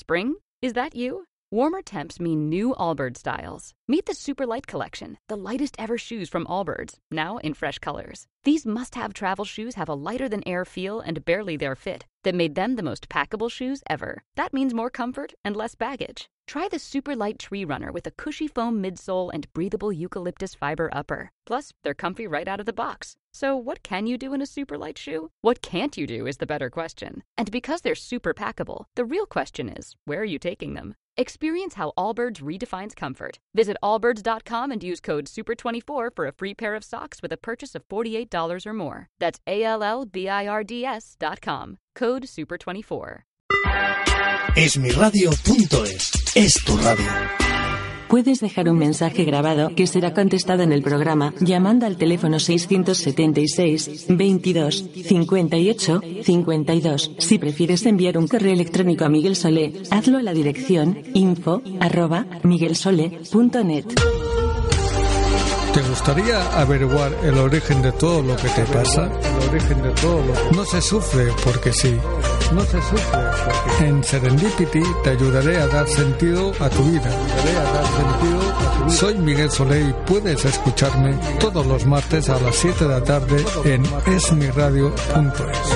Spring? Is that you? Warmer temps mean new Allbirds styles. Meet the Super Light Collection, the lightest ever shoes from Allbirds, now in fresh colors. These must-have travel shoes have a lighter-than-air feel and barely-there fit that made them the most packable shoes ever. That means more comfort and less baggage. Try the Super Light Tree Runner with a cushy foam midsole and breathable eucalyptus fiber upper. Plus, they're comfy right out of the box. So what can you do in a super light shoe? What can't you do is the better question. And because they're super packable, the real question is, where are you taking them? Experience how Allbirds redefines comfort. Visit allbirds.com and use code SUPER24 for a free pair of socks with a purchase of $48 or more. That's ALLBIRDS.com. Code SUPER24. Esmiradio.es es tu radio. Puedes dejar un mensaje grabado que será contestado en el programa llamando al teléfono 676 22 58 52. Si prefieres enviar un correo electrónico a Miguel Solé, hazlo a la dirección info@miguelsole.net. ¿Te gustaría averiguar el origen de todo lo que te pasa? No se sufre porque sí. En Serendipity te ayudaré a dar sentido a tu vida. Soy Miguel Solé y puedes escucharme todos los martes a las 7 de la tarde en esmiradio.es.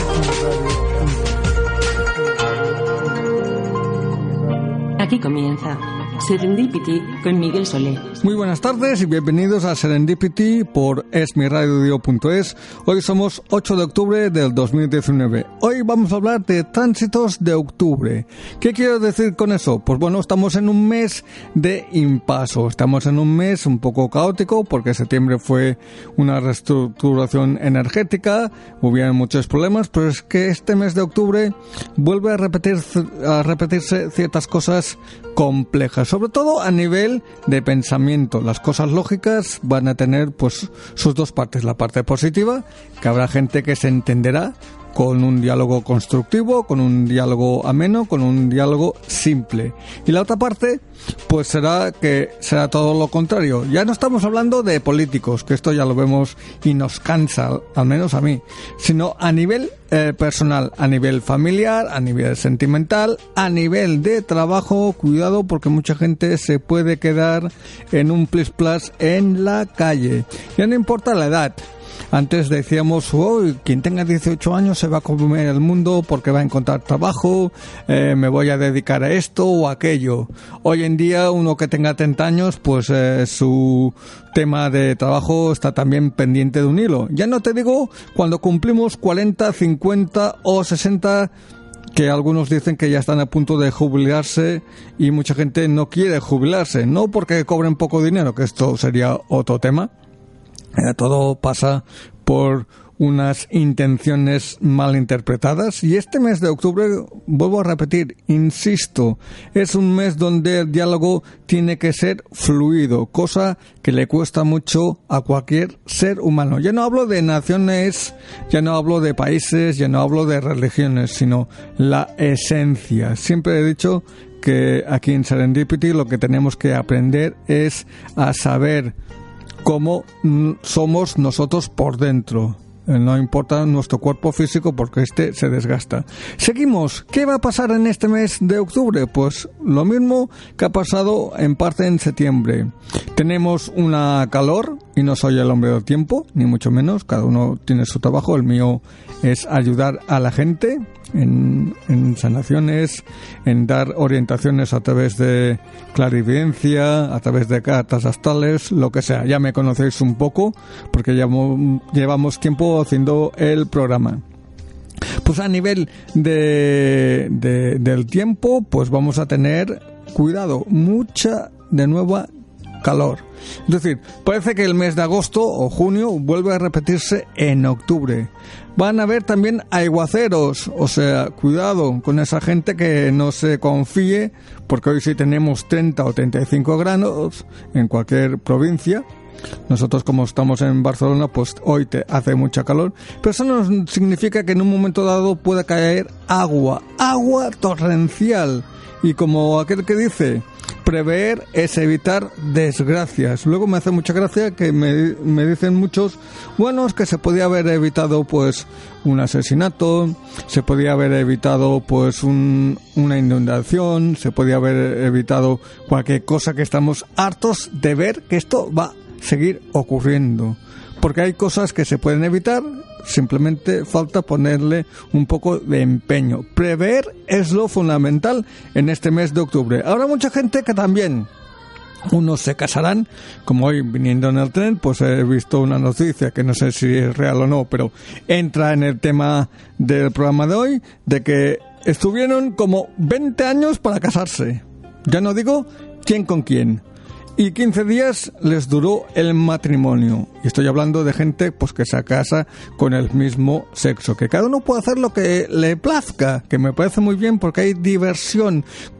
Aquí comienza Serendipity con Miguel Solé. Muy buenas tardes y bienvenidos a Serendipity por esmiradio.es. Hoy somos 8 de octubre del 2019. Hoy vamos a hablar de tránsitos de octubre. ¿Qué quiero decir con eso? Pues bueno, estamos en un mes de impaso. Estamos en un mes un poco caótico porque septiembre fue una reestructuración energética, hubieron muchos problemas, pero es que este mes de octubre vuelve a repetirse ciertas cosas complejas, sobre todo a nivel de pensamiento. Las cosas lógicas van a tener pues sus dos partes, la parte positiva, que habrá gente que se entenderá con un diálogo constructivo, con un diálogo ameno, con un diálogo simple. Y la otra parte, pues será todo lo contrario. Ya no estamos hablando de políticos, que esto ya lo vemos y nos cansa, al menos a mí, sino a nivel personal, a nivel familiar, a nivel sentimental, a nivel de trabajo. Cuidado porque mucha gente se puede quedar en un plis-plas en la calle. Ya no importa la edad. Antes decíamos, quien tenga 18 años se va a comer el mundo porque va a encontrar trabajo, me voy a dedicar a esto o aquello. Hoy en día, uno que tenga 30 años, pues su tema de trabajo está también pendiente de un hilo. Ya no te digo cuando cumplimos 40, 50 o 60, que algunos dicen que ya están a punto de jubilarse y mucha gente no quiere jubilarse. No porque cobren poco dinero, que esto sería otro tema. Todo pasa por unas intenciones mal interpretadas y este mes de octubre, vuelvo a repetir, insisto, es un mes donde el diálogo tiene que ser fluido, cosa que le cuesta mucho a cualquier ser humano. Ya no hablo de naciones, ya no hablo de países, ya no hablo de religiones, sino la esencia. Siempre he dicho que aquí en Serendipity lo que tenemos que aprender es a saber cómo somos nosotros por dentro. No importa nuestro cuerpo físico porque este se desgasta. Seguimos. ¿Qué va a pasar en este mes de octubre? Pues lo mismo que ha pasado en parte en septiembre. Tenemos una calor y no soy el hombre del tiempo, ni mucho menos. Cada uno tiene su trabajo. El mío es ayudar a la gente en sanaciones, en dar orientaciones a través de clarividencia, a través de cartas astrales, lo que sea. Ya me conocéis un poco porque llevamos tiempo haciendo el programa. Pues a nivel del tiempo, pues vamos a tener cuidado, mucha de nueva calor. Es decir, parece que el mes de agosto o junio vuelve a repetirse en octubre. Van a haber también aguaceros, o sea, cuidado con esa gente que no se confíe, porque hoy sí tenemos 30 o 35 grados en cualquier provincia. Nosotros, como estamos en Barcelona, pues hoy hace mucha calor, pero eso no significa que en un momento dado pueda caer agua torrencial. Y como aquel que dice Prever es evitar desgracias. Luego me hace mucha gracia que me dicen muchos, bueno, es que se podía haber evitado pues un asesinato, se podía haber evitado pues una inundación, se podía haber evitado cualquier cosa, que estamos hartos de ver que esto va a seguir ocurriendo. Porque hay cosas que se pueden evitar, simplemente falta ponerle un poco de empeño. Prever es lo fundamental en este mes de octubre. Habrá mucha gente que también, unos se casarán, como hoy viniendo en el tren, pues he visto una noticia que no sé si es real o no, pero entra en el tema del programa de hoy, de que estuvieron como 20 años para casarse. Ya no digo quién con quién. Y 15 días les duró el matrimonio. Y estoy hablando de gente pues que se casa con el mismo sexo. Que cada uno puede hacer lo que le plazca, que me parece muy bien porque hay diversión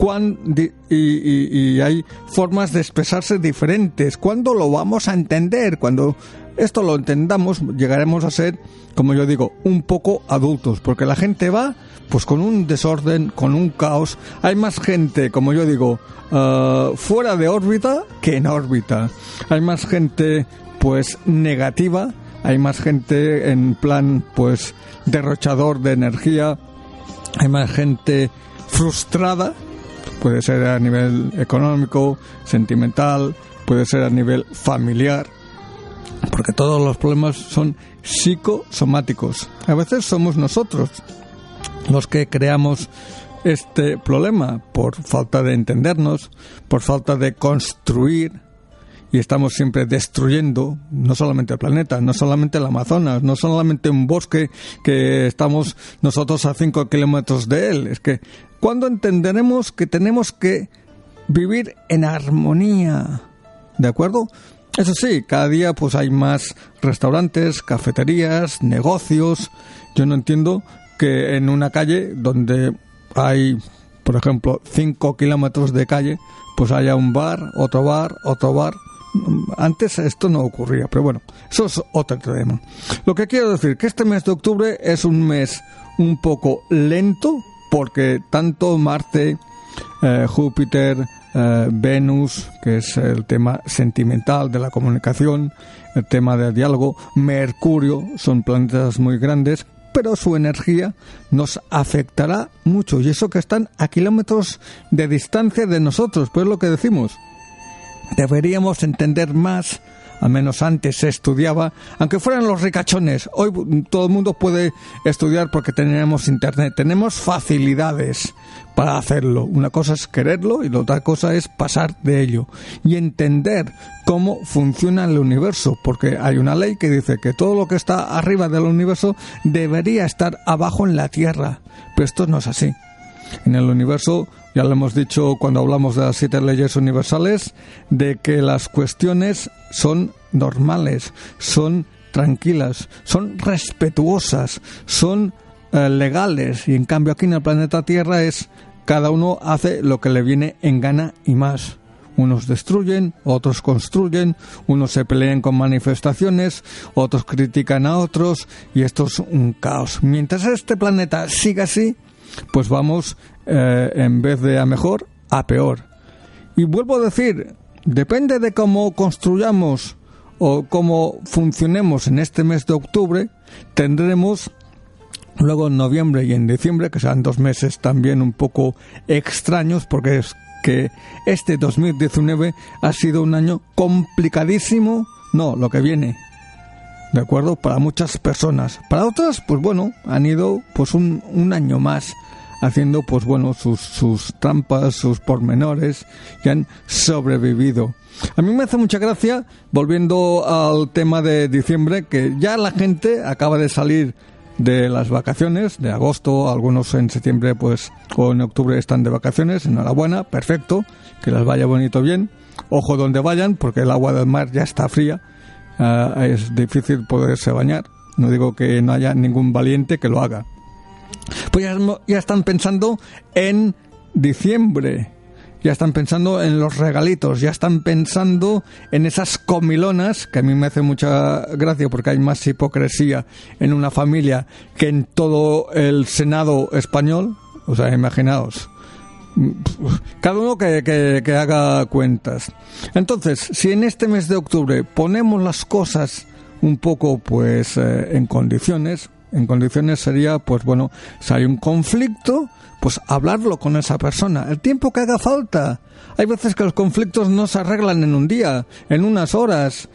y hay formas de expresarse diferentes. ¿Cuándo lo vamos a entender? Cuando esto lo entendamos, llegaremos a ser, como yo digo, un poco adultos. Porque la gente va pues con un desorden, con un caos. Hay más gente, como yo digo, fuera de órbita que en órbita. Hay más gente pues negativa, hay más gente en plan pues derrochador de energía, hay más gente frustrada, puede ser a nivel económico, sentimental, puede ser a nivel familiar, porque todos los problemas son psicosomáticos. A veces somos nosotros los que creamos este problema por falta de entendernos, por falta de construir, y estamos siempre destruyendo no solamente el planeta, no solamente el Amazonas, no solamente un bosque que estamos nosotros a 5 kilómetros de él. Es que ¿cuándo entenderemos que tenemos que vivir en armonía? ¿De acuerdo? Eso sí, cada día pues hay más restaurantes, cafeterías, negocios. Yo no entiendo que en una calle donde hay, por ejemplo, 5 kilómetros de calle, pues haya un bar, otro bar, otro bar. Antes esto no ocurría, pero bueno, eso es otro tema. Lo que quiero decir, que este mes de octubre es un mes un poco lento, porque tanto Marte, Júpiter, Venus, que es el tema sentimental de la comunicación, el tema del diálogo, Mercurio, son planetas muy grandes, pero su energía nos afectará mucho, y eso que están a kilómetros de distancia de nosotros. Pues lo que decimos, deberíamos entender más, al menos antes se estudiaba, aunque fueran los ricachones. Hoy todo el mundo puede estudiar porque tenemos internet, tenemos facilidades para hacerlo. Una cosa es quererlo y la otra cosa es pasar de ello y entender cómo funciona el universo, porque hay una ley que dice que todo lo que está arriba del universo debería estar abajo en la Tierra, pero esto no es así. En el universo, ya lo hemos dicho cuando hablamos de las 7 leyes universales, de que las cuestiones son normales, son tranquilas, son respetuosas, son legales, y en cambio aquí en el planeta Tierra es cada uno hace lo que le viene en gana y más. Unos destruyen, otros construyen, unos se pelean con manifestaciones, otros critican a otros, y esto es un caos. Mientras este planeta siga así, pues vamos en vez de a mejor, a peor. Y vuelvo a decir, depende de cómo construyamos o cómo funcionemos en este mes de octubre, tendremos luego en noviembre y en diciembre, que serán 2 meses también un poco extraños, porque es que este 2019 ha sido un año complicadísimo, no, lo que viene, ¿de acuerdo? Para muchas personas. Para otras, pues bueno, han ido pues un año más haciendo pues bueno sus trampas, sus pormenores, y han sobrevivido. A mí me hace mucha gracia, volviendo al tema de diciembre, que ya la gente acaba de salir de las vacaciones de agosto, algunos en septiembre pues o en octubre están de vacaciones. Enhorabuena, perfecto, que les vaya bonito, bien. Ojo donde vayan, porque el agua del mar ya está fría, es difícil poderse bañar. No digo que no haya ningún valiente que lo haga. Pues ya están pensando en diciembre, ya están pensando en los regalitos, ya están pensando en esas comilonas, que a mí me hace mucha gracia porque hay más hipocresía en una familia que en todo el Senado español. O sea, imaginaos, Cada uno que haga cuentas. Entonces, si en este mes de octubre ponemos las cosas un poco pues en condiciones sería, pues bueno, si hay un conflicto, pues hablarlo con esa persona el tiempo que haga falta. Hay veces que los conflictos no se arreglan en un día, en unas horas,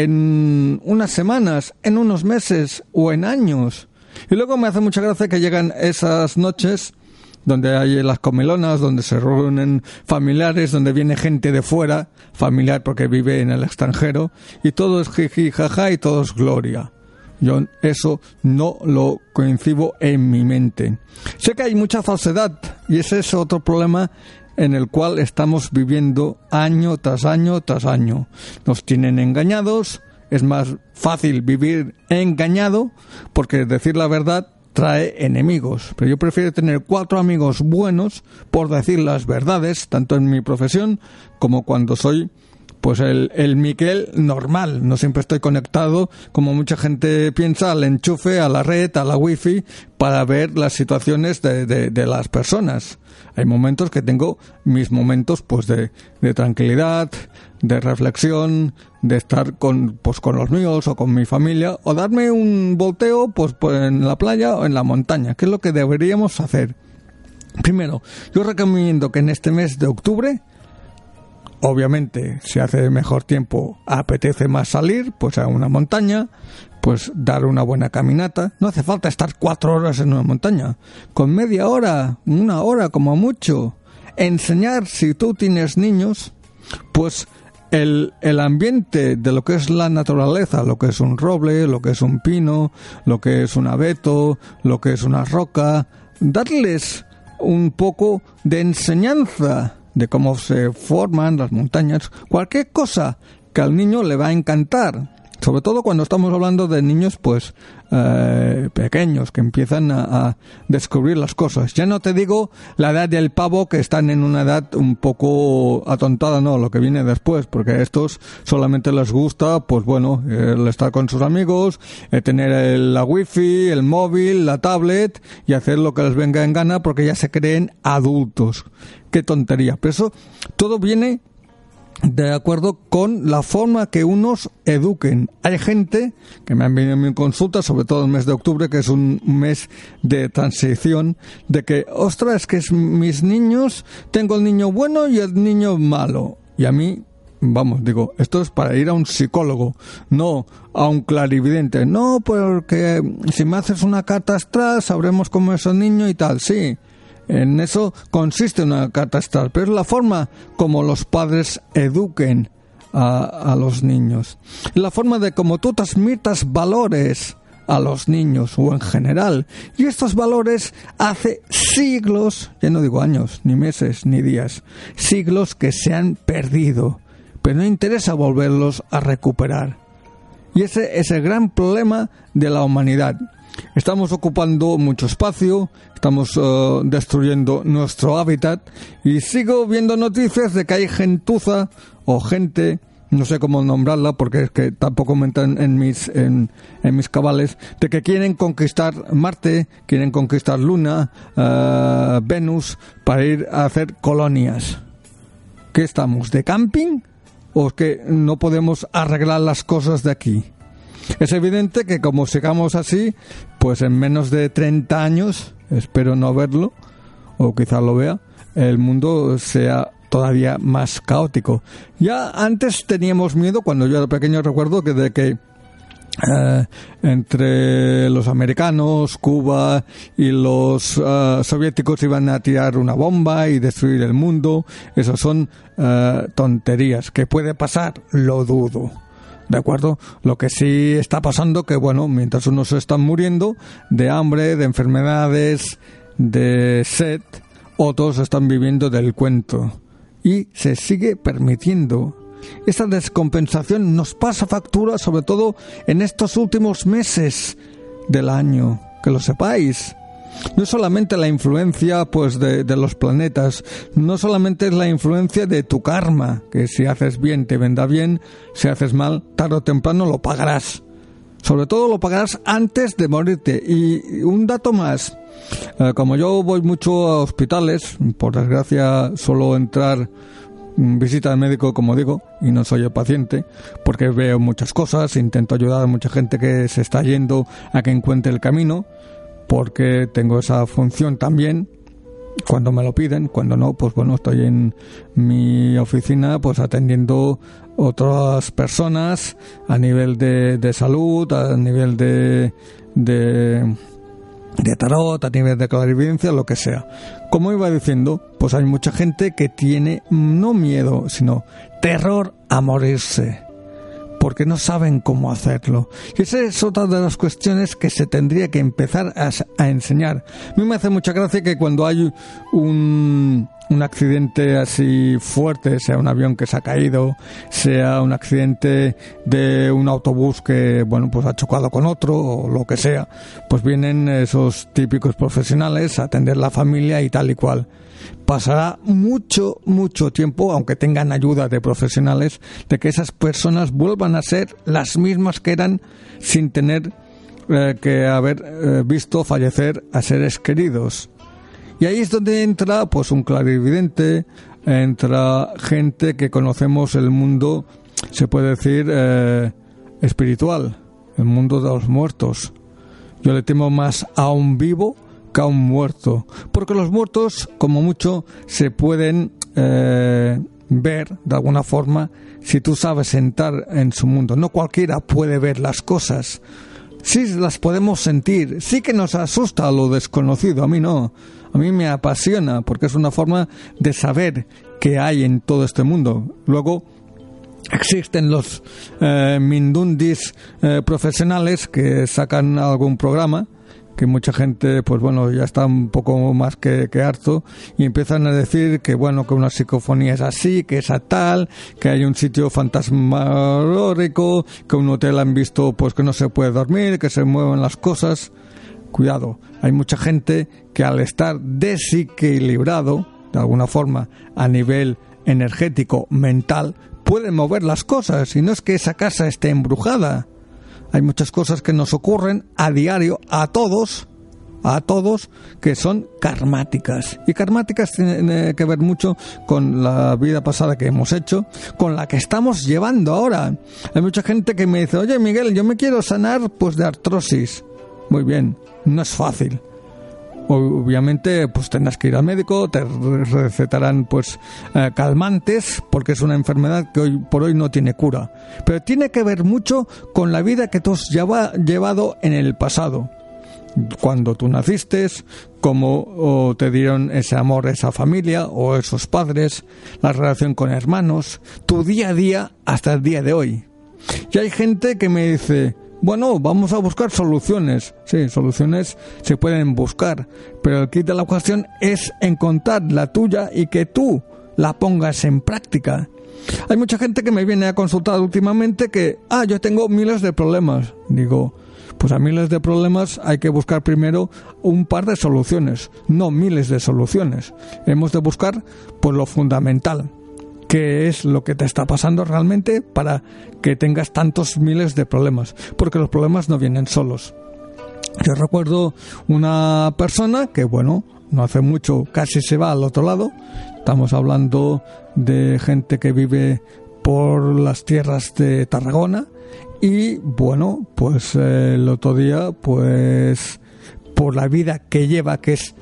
en unas semanas, en unos meses o en años. Y luego me hace mucha gracia que llegan esas noches donde hay las comilonas, donde se reúnen familiares, donde viene gente de fuera, familiar porque vive en el extranjero, y todo es jiji, jaja, y todo es gloria. Yo eso no lo concibo en mi mente. Sé que hay mucha falsedad, y ese es otro problema en el cual estamos viviendo año tras año tras año. Nos tienen engañados, es más fácil vivir engañado, porque decir la verdad trae enemigos, pero yo prefiero tener 4 amigos buenos por decir las verdades, tanto en mi profesión como cuando soy pues el Miquel normal. No siempre estoy conectado, como mucha gente piensa, al enchufe, a la red, a la wifi, para ver las situaciones de las personas. Hay momentos que tengo mis momentos pues de tranquilidad, de reflexión, de estar con los míos o con mi familia, o darme un volteo pues en la playa o en la montaña, que es lo que deberíamos hacer. Primero, yo recomiendo que en este mes de octubre, obviamente, si hace mejor tiempo, apetece más salir, pues a una montaña, pues dar una buena caminata. No hace falta estar 4 horas en una montaña. Con media hora, 1 hora como mucho. Enseñar, si tú tienes niños, pues el ambiente de lo que es la naturaleza, lo que es un roble, lo que es un pino, lo que es un abeto, lo que es una roca, darles un poco de enseñanza de cómo se forman las montañas, cualquier cosa que al niño le va a encantar, sobre todo cuando estamos hablando de niños pues pequeños que empiezan a descubrir las cosas. Ya no te digo la edad del pavo, que están en una edad un poco atontada, no, lo que viene después, porque a estos solamente les gusta pues bueno, el estar con sus amigos, tener la wifi, el móvil, la tablet y hacer lo que les venga en gana, porque ya se creen adultos. Qué tontería. Pero eso todo viene de acuerdo con la forma que unos eduquen. Hay gente que me han venido en mi consulta, sobre todo el mes de octubre, que es un mes de transición, de que, ostras, es que mis niños, tengo el niño bueno y el niño malo. Y a mí, vamos, digo, esto es para ir a un psicólogo, no a un clarividente. No, porque si me haces una carta astral, sabremos cómo es el niño y tal. Sí, en eso consiste una carta astral, pero es la forma como los padres eduquen a los niños. La forma de cómo tú transmitas valores a los niños o en general. Y estos valores hace siglos, ya no digo años, ni meses, ni días, siglos que se han perdido, pero no interesa volverlos a recuperar. Y ese es el gran problema de la humanidad. Estamos ocupando mucho espacio, estamos destruyendo nuestro hábitat, y sigo viendo noticias de que hay gentuza o gente, no sé cómo nombrarla porque es que tampoco me entran en mis cabales, de que quieren conquistar Marte, quieren conquistar Luna, Venus, para ir a hacer colonias. ¿Qué estamos, de camping? ¿O es que no podemos arreglar las cosas de aquí? Es evidente que como sigamos así, pues en menos de 30 años, espero no verlo, o quizá lo vea, el mundo sea todavía más caótico. Ya antes teníamos miedo, cuando yo era pequeño recuerdo que entre los americanos, Cuba y los soviéticos iban a tirar una bomba y destruir el mundo. Esas son tonterías. ¿Qué puede pasar? Lo dudo. ¿De acuerdo? Lo que sí está pasando, que bueno, mientras unos se están muriendo de hambre, de enfermedades, de sed, otros están viviendo del cuento. Y se sigue permitiendo. Esta descompensación nos pasa factura, sobre todo en estos últimos meses del año. Que lo sepáis. No solamente la influencia pues de los planetas, no solamente es la influencia de tu karma, que si haces bien te vendrá bien, si haces mal, tarde o temprano lo pagarás. Sobre todo lo pagarás antes de morirte. Y un dato más, como yo voy mucho a hospitales, por desgracia suelo entrar visita de médico, como digo, y no soy el paciente, porque veo muchas cosas, intento ayudar a mucha gente que se está yendo a que encuentre el camino, porque tengo esa función también, cuando me lo piden. Cuando no, pues bueno, estoy en mi oficina pues atendiendo otras personas a nivel de salud, a nivel de tarot, a nivel de clarividencia, lo que sea. Como iba diciendo, pues hay mucha gente que tiene no miedo, sino terror a morirse, porque no saben cómo hacerlo. Y esa es otra de las cuestiones que se tendría que empezar a enseñar. A mí me hace mucha gracia que cuando hay un accidente así fuerte, sea un avión que se ha caído, sea un accidente de un autobús que, bueno, pues ha chocado con otro o lo que sea, pues vienen esos típicos profesionales a atender la familia y tal y cual. Pasará mucho tiempo, aunque tengan ayuda de profesionales, de que esas personas vuelvan a ser las mismas que eran sin tener que haber visto fallecer a seres queridos. Y ahí es donde entra pues un clarividente, entra gente que conocemos el mundo, se puede decir, espiritual, el mundo de los muertos. Yo le temo más a un vivo que a un muerto, porque los muertos, como mucho, se pueden ver de alguna forma si tú sabes entrar en su mundo. No cualquiera puede ver las cosas. Sí las podemos sentir, sí que nos asusta lo desconocido, a mí no. A mí me apasiona porque es una forma de saber qué hay en todo este mundo. Luego existen los mindundis profesionales que sacan algún programa, que mucha gente, pues bueno, ya está un poco más que harto, y empiezan a decir que bueno, que una psicofonía es así, que es a tal, que hay un sitio fantasmagórico, que un hotel han visto pues que no se puede dormir, que se mueven las cosas. Cuidado, hay mucha gente que al estar desequilibrado, de alguna forma, a nivel energético, mental, puede mover las cosas, y no es que esa casa esté embrujada. Hay muchas cosas que nos ocurren a diario, a todos, que son karmáticas. Y karmáticas tiene que ver mucho con la vida pasada que hemos hecho, con la que estamos llevando ahora. Hay mucha gente que me dice, oye Miguel, yo me quiero sanar pues de artrosis. Muy bien, no es fácil. Obviamente pues tendrás que ir al médico, te recetarán pues calmantes, porque es una enfermedad que hoy por hoy no tiene cura, pero tiene que ver mucho con la vida que tú has llevado en el pasado, cuando tú naciste, cómo te dieron ese amor, esa familia o esos padres, la relación con hermanos, tu día a día hasta el día de hoy. Y hay gente que me dice, bueno, vamos a buscar soluciones. Sí, soluciones se pueden buscar, pero el kit de la cuestión es encontrar la tuya y que tú la pongas en práctica. Hay mucha gente que me viene a consultar últimamente que, yo tengo miles de problemas. Digo, pues a miles de problemas hay que buscar primero un par de soluciones, no miles de soluciones. Hemos de buscar pues lo fundamental. ¿Qué es lo que te está pasando realmente para que tengas tantos miles de problemas? Porque los problemas no vienen solos. Yo recuerdo una persona que, bueno, no hace mucho casi se va al otro lado. Estamos hablando de gente que vive por las tierras de Tarragona. Y, bueno, pues el otro día, pues por la vida que lleva, que es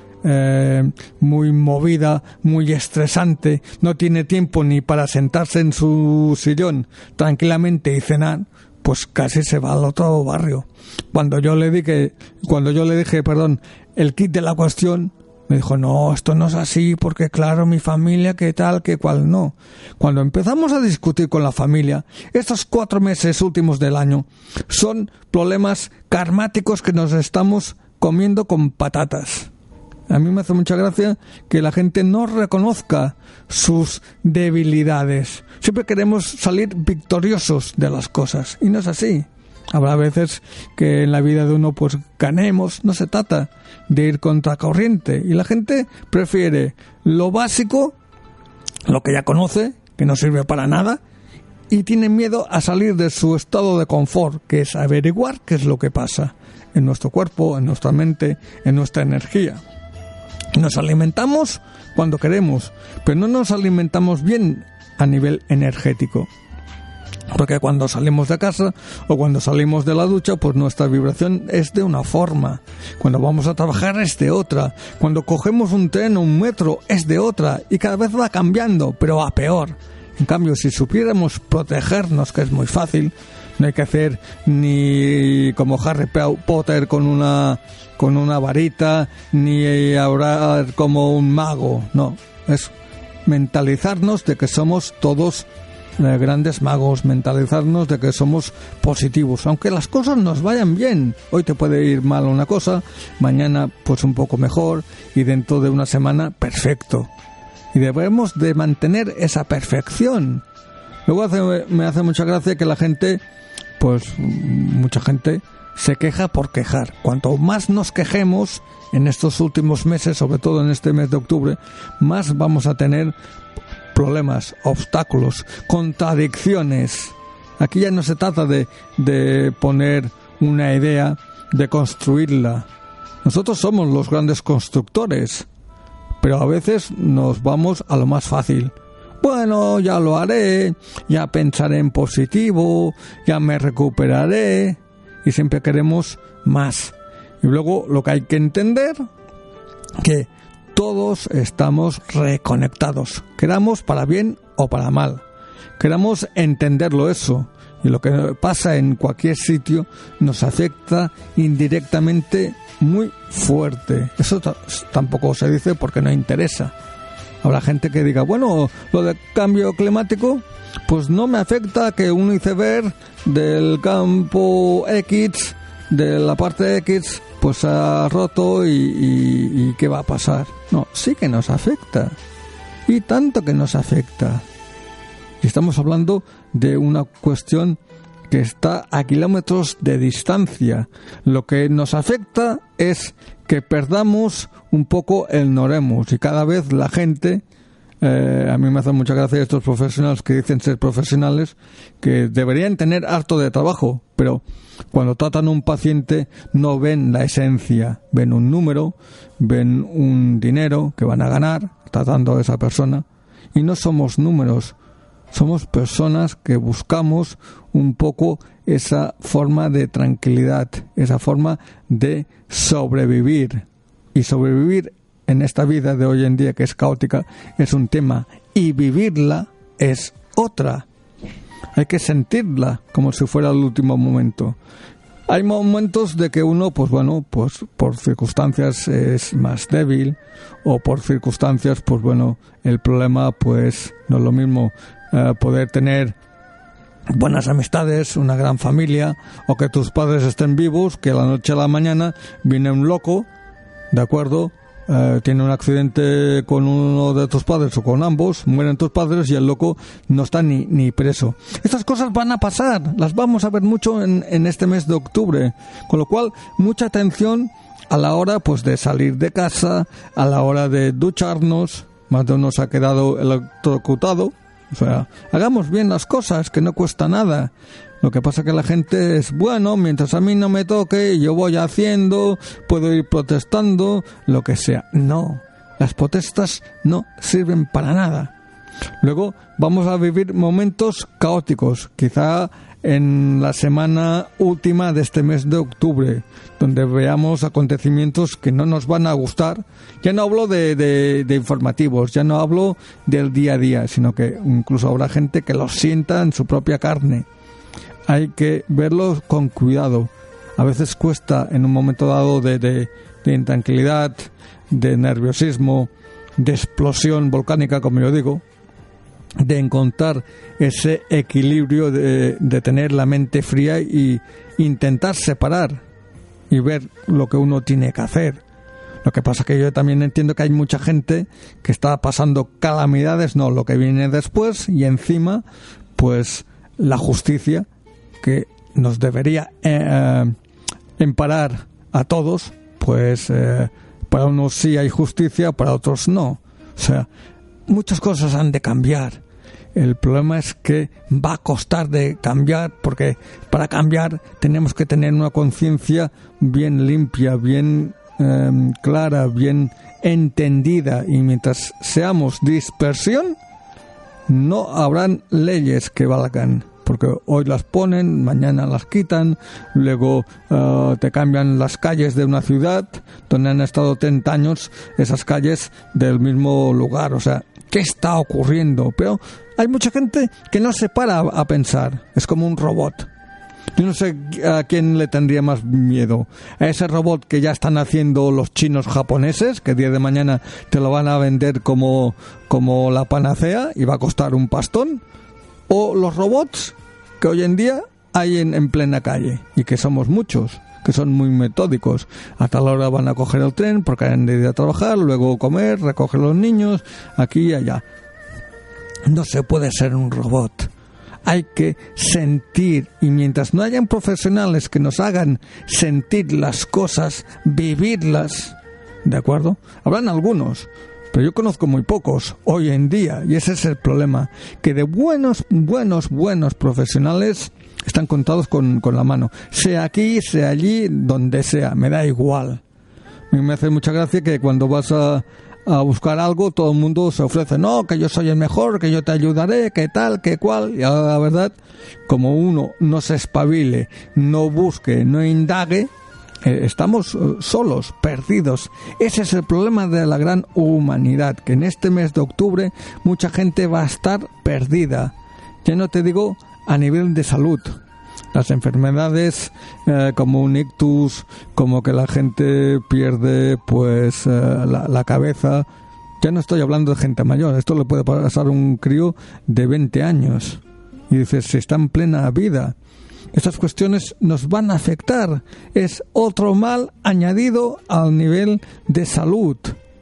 muy movida, muy estresante, no tiene tiempo ni para sentarse en su sillón tranquilamente y cenar, pues casi se va al otro barrio. Cuando yo le dije, el kit de la cuestión, me dijo, no, esto no es así, porque claro, mi familia, qué tal, qué cual, no. Cuando empezamos a discutir con la familia, estos 4 meses últimos del año son problemas karmáticos que nos estamos comiendo con patatas. A mí me hace mucha gracia que la gente no reconozca sus debilidades. Siempre queremos salir victoriosos de las cosas, y no es así. Habrá veces que en la vida de uno pues ganemos, no se trata de ir contra corriente, y la gente prefiere lo básico, lo que ya conoce, que no sirve para nada, y tienen miedo a salir de su estado de confort, que es averiguar qué es lo que pasa en nuestro cuerpo, en nuestra mente, en nuestra energía. Nos alimentamos cuando queremos, pero no nos alimentamos bien a nivel energético. Porque cuando salimos de casa o cuando salimos de la ducha, pues nuestra vibración es de una forma. Cuando vamos a trabajar es de otra. Cuando cogemos un tren o un metro es de otra. Y cada vez va cambiando, pero a peor. En cambio, si supiéramos protegernos, que es muy fácil, no hay que hacer ni como Harry Potter con una varita, ni orar como un mago. No, es mentalizarnos de que somos todos grandes magos, mentalizarnos de que somos positivos, aunque las cosas nos vayan bien. Hoy te puede ir mal una cosa, mañana pues un poco mejor, y dentro de una semana perfecto. Y debemos de mantener esa perfección. Luego me hace mucha gracia que la gente, pues mucha gente se queja por quejar. Cuanto más nos quejemos en estos últimos meses, sobre todo en este mes de octubre, más vamos a tener problemas, obstáculos, contradicciones. Aquí ya no se trata de poner una idea, de construirla. Nosotros somos los grandes constructores, pero a veces nos vamos a lo más fácil. Bueno, ya lo haré, ya pensaré en positivo, ya me recuperaré, y siempre queremos más. Y luego lo que hay que entender, que todos estamos reconectados, queramos para bien o para mal. Queramos entenderlo eso, y lo que pasa en cualquier sitio nos afecta indirectamente muy fuerte. Eso tampoco se dice porque no interesa. Habrá gente que diga, bueno, lo del cambio climático, pues no me afecta que un iceberg del campo X, de la parte X, pues ha roto y ¿qué va a pasar? No, sí que nos afecta. Y tanto que nos afecta. Y estamos hablando de una cuestión que está a kilómetros de distancia. Lo que nos afecta es que perdamos un poco el Noremus, y cada vez la gente, a mí me hace mucha gracia estos profesionales que dicen ser profesionales, que deberían tener harto de trabajo, pero cuando tratan a un paciente no ven la esencia, ven un número, ven un dinero que van a ganar tratando a esa persona, y no somos números, somos personas que buscamos un poco esa forma de tranquilidad, esa forma de sobrevivir. Y sobrevivir en esta vida de hoy en día, que es caótica, es un tema, y vivirla es otra. Hay que sentirla como si fuera el último momento. Hay momentos de que uno, pues bueno, pues por circunstancias es más débil, o por circunstancias, pues bueno, el problema pues no es lo mismo poder tener buenas amistades, una gran familia, o que tus padres estén vivos, que la noche a la mañana viene un loco, ¿de acuerdo? Tiene un accidente con uno de tus padres o con ambos, mueren tus padres y el loco no está ni preso. Estas cosas van a pasar, las vamos a ver mucho en este mes de octubre, con lo cual mucha atención a la hora pues de salir de casa, a la hora de ducharnos. Más de uno se ha quedado electrocutado. O sea, hagamos bien las cosas, que no cuesta nada. Lo que pasa es que la gente es, bueno, mientras a mí no me toque, yo voy haciendo, puedo ir protestando, lo que sea. No, las protestas no sirven para nada. Luego vamos a vivir momentos caóticos, quizá en la semana última de este mes de octubre, donde veamos acontecimientos que no nos van a gustar. Ya no hablo de informativos, ya no hablo del día a día, sino que incluso habrá gente que los sienta en su propia carne. Hay que verlos con cuidado. A veces cuesta en un momento dado de intranquilidad, de nerviosismo, de explosión volcánica, como yo digo, de encontrar ese equilibrio de tener la mente fría y intentar separar y ver lo que uno tiene que hacer. Lo que pasa es que yo también entiendo que hay mucha gente que está pasando calamidades, no, lo que viene después, y encima pues la justicia, que nos debería emparar a todos, pues para unos sí hay justicia, para otros no. O sea, muchas cosas han de cambiar. El problema es que va a costar de cambiar, porque para cambiar tenemos que tener una conciencia bien limpia, bien clara, bien entendida, y mientras seamos dispersión no habrán leyes que valgan, porque hoy las ponen, mañana las quitan, luego te cambian las calles de una ciudad donde han estado 30 años esas calles del mismo lugar. O sea, ¿qué está ocurriendo? Pero hay mucha gente que no se para a pensar, es como un robot. Yo no sé a quién le tendría más miedo, a ese robot que ya están haciendo los chinos japoneses, que el día de mañana te lo van a vender como la panacea y va a costar un pastón, o los robots que hoy en día hay en plena calle, y que somos muchos, que son muy metódicos. A tal hora van a coger el tren porque han de ir a trabajar, luego comer, recoger los niños, aquí y allá. No se puede ser un robot. Hay que sentir, y mientras no hayan profesionales que nos hagan sentir las cosas, vivirlas, ¿de acuerdo? Habrán algunos, pero yo conozco muy pocos hoy en día, y ese es el problema, que de buenos profesionales están contados con la mano, sea aquí, sea allí, donde sea, me da igual. A mí me hace mucha gracia que cuando vas a buscar algo, todo el mundo se ofrece, no, que yo soy el mejor, que yo te ayudaré, que tal, que cual, y ahora la verdad, como uno no se espabile, no busque, no indague, estamos solos, perdidos. Ese es el problema de la gran humanidad, que en este mes de octubre mucha gente va a estar perdida. Ya no te digo a nivel de salud. Las enfermedades como un ictus, como que la gente pierde pues la cabeza. Ya no estoy hablando de gente mayor, esto le puede pasar a un crío de 20 años. Y dices, si está en plena vida. Estas cuestiones nos van a afectar. Es otro mal añadido al nivel de salud.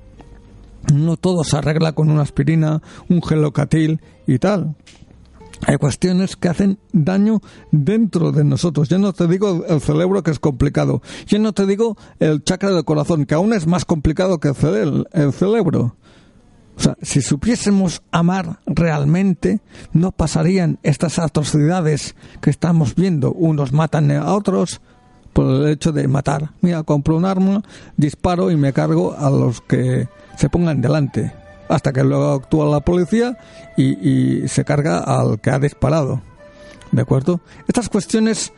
No todo se arregla con una aspirina, un gelocatil y tal. Hay cuestiones que hacen daño dentro de nosotros. Ya no te digo el cerebro, que es complicado. Ya no te digo el chakra del corazón, que aún es más complicado que el cerebro. O sea, si supiésemos amar realmente, no pasarían estas atrocidades que estamos viendo. Unos matan a otros por el hecho de matar. Mira, compro un arma, disparo y me cargo a los que se pongan delante. Hasta que luego actúa la policía y se carga al que ha disparado. ¿De acuerdo? Estas cuestiones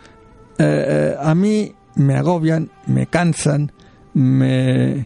a mí me agobian, me cansan, me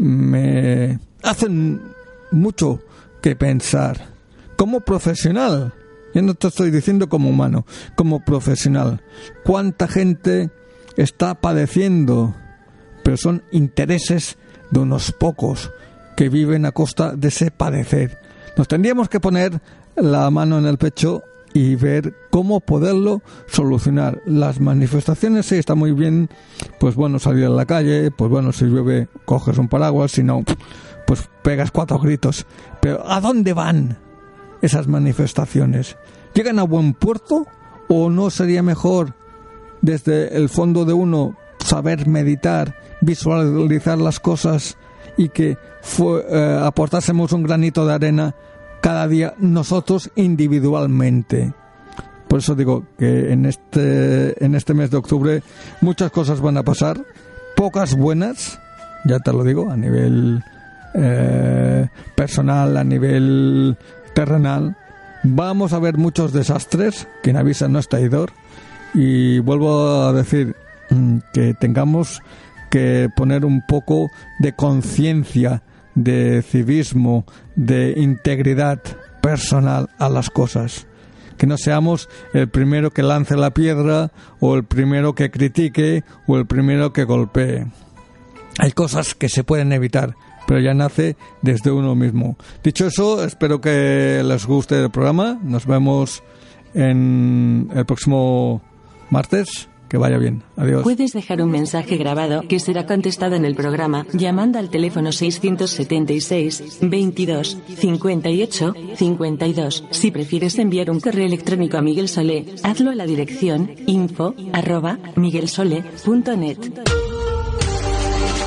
hacen mucho que pensar. Como profesional, yo no te estoy diciendo como humano, como profesional, ¿cuánta gente está padeciendo? Pero son intereses de unos pocos que viven a costa de ese padecer. Nos tendríamos que poner la mano en el pecho y ver cómo poderlo solucionar. Las manifestaciones sí está muy bien, pues bueno, salir a la calle, pues bueno, si llueve coges un paraguas, si no, pues pegas 4 gritos. Pero ¿a dónde van esas manifestaciones? ¿Llegan a buen puerto o no sería mejor desde el fondo de uno saber meditar, visualizar las cosas y que aportásemos un granito de arena cada día nosotros individualmente? Por eso digo que en este mes de octubre muchas cosas van a pasar, pocas buenas, ya te lo digo, a nivel personal, a nivel terrenal. Vamos a ver muchos desastres, quien avisa no es traidor, y vuelvo a decir que tengamos que poner un poco de conciencia, de civismo, de integridad personal a las cosas. Que no seamos el primero que lance la piedra, o el primero que critique, o el primero que golpee. Hay cosas que se pueden evitar, pero ya nace desde uno mismo. Dicho eso, espero que les guste el programa. Nos vemos en el próximo martes. Que vaya bien. Adiós. Puedes dejar un mensaje grabado que será contestado en el programa llamando al teléfono 676 22 58 52. Si prefieres enviar un correo electrónico a Miguel Solé, hazlo a la dirección info@miguelsole.net.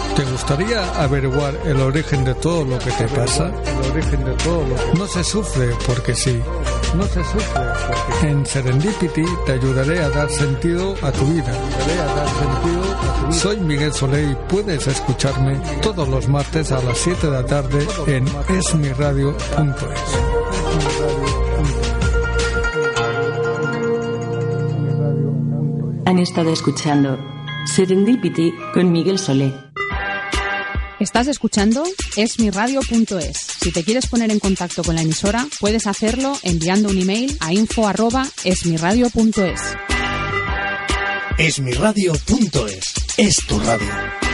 ¿Te gustaría averiguar el origen de todo lo que te pasa? No se sufre porque sí. En Serendipity te ayudaré a dar sentido a tu vida. Soy Miguel Solé y puedes escucharme todos los martes a las 7 de la tarde en esmiradio.es. Han estado escuchando Serendipity con Miguel Solé. Estás escuchando esmiradio.es. Si te quieres poner en contacto con la emisora, puedes hacerlo enviando un email a info@esmiradio.es. Esmiradio.es es tu radio.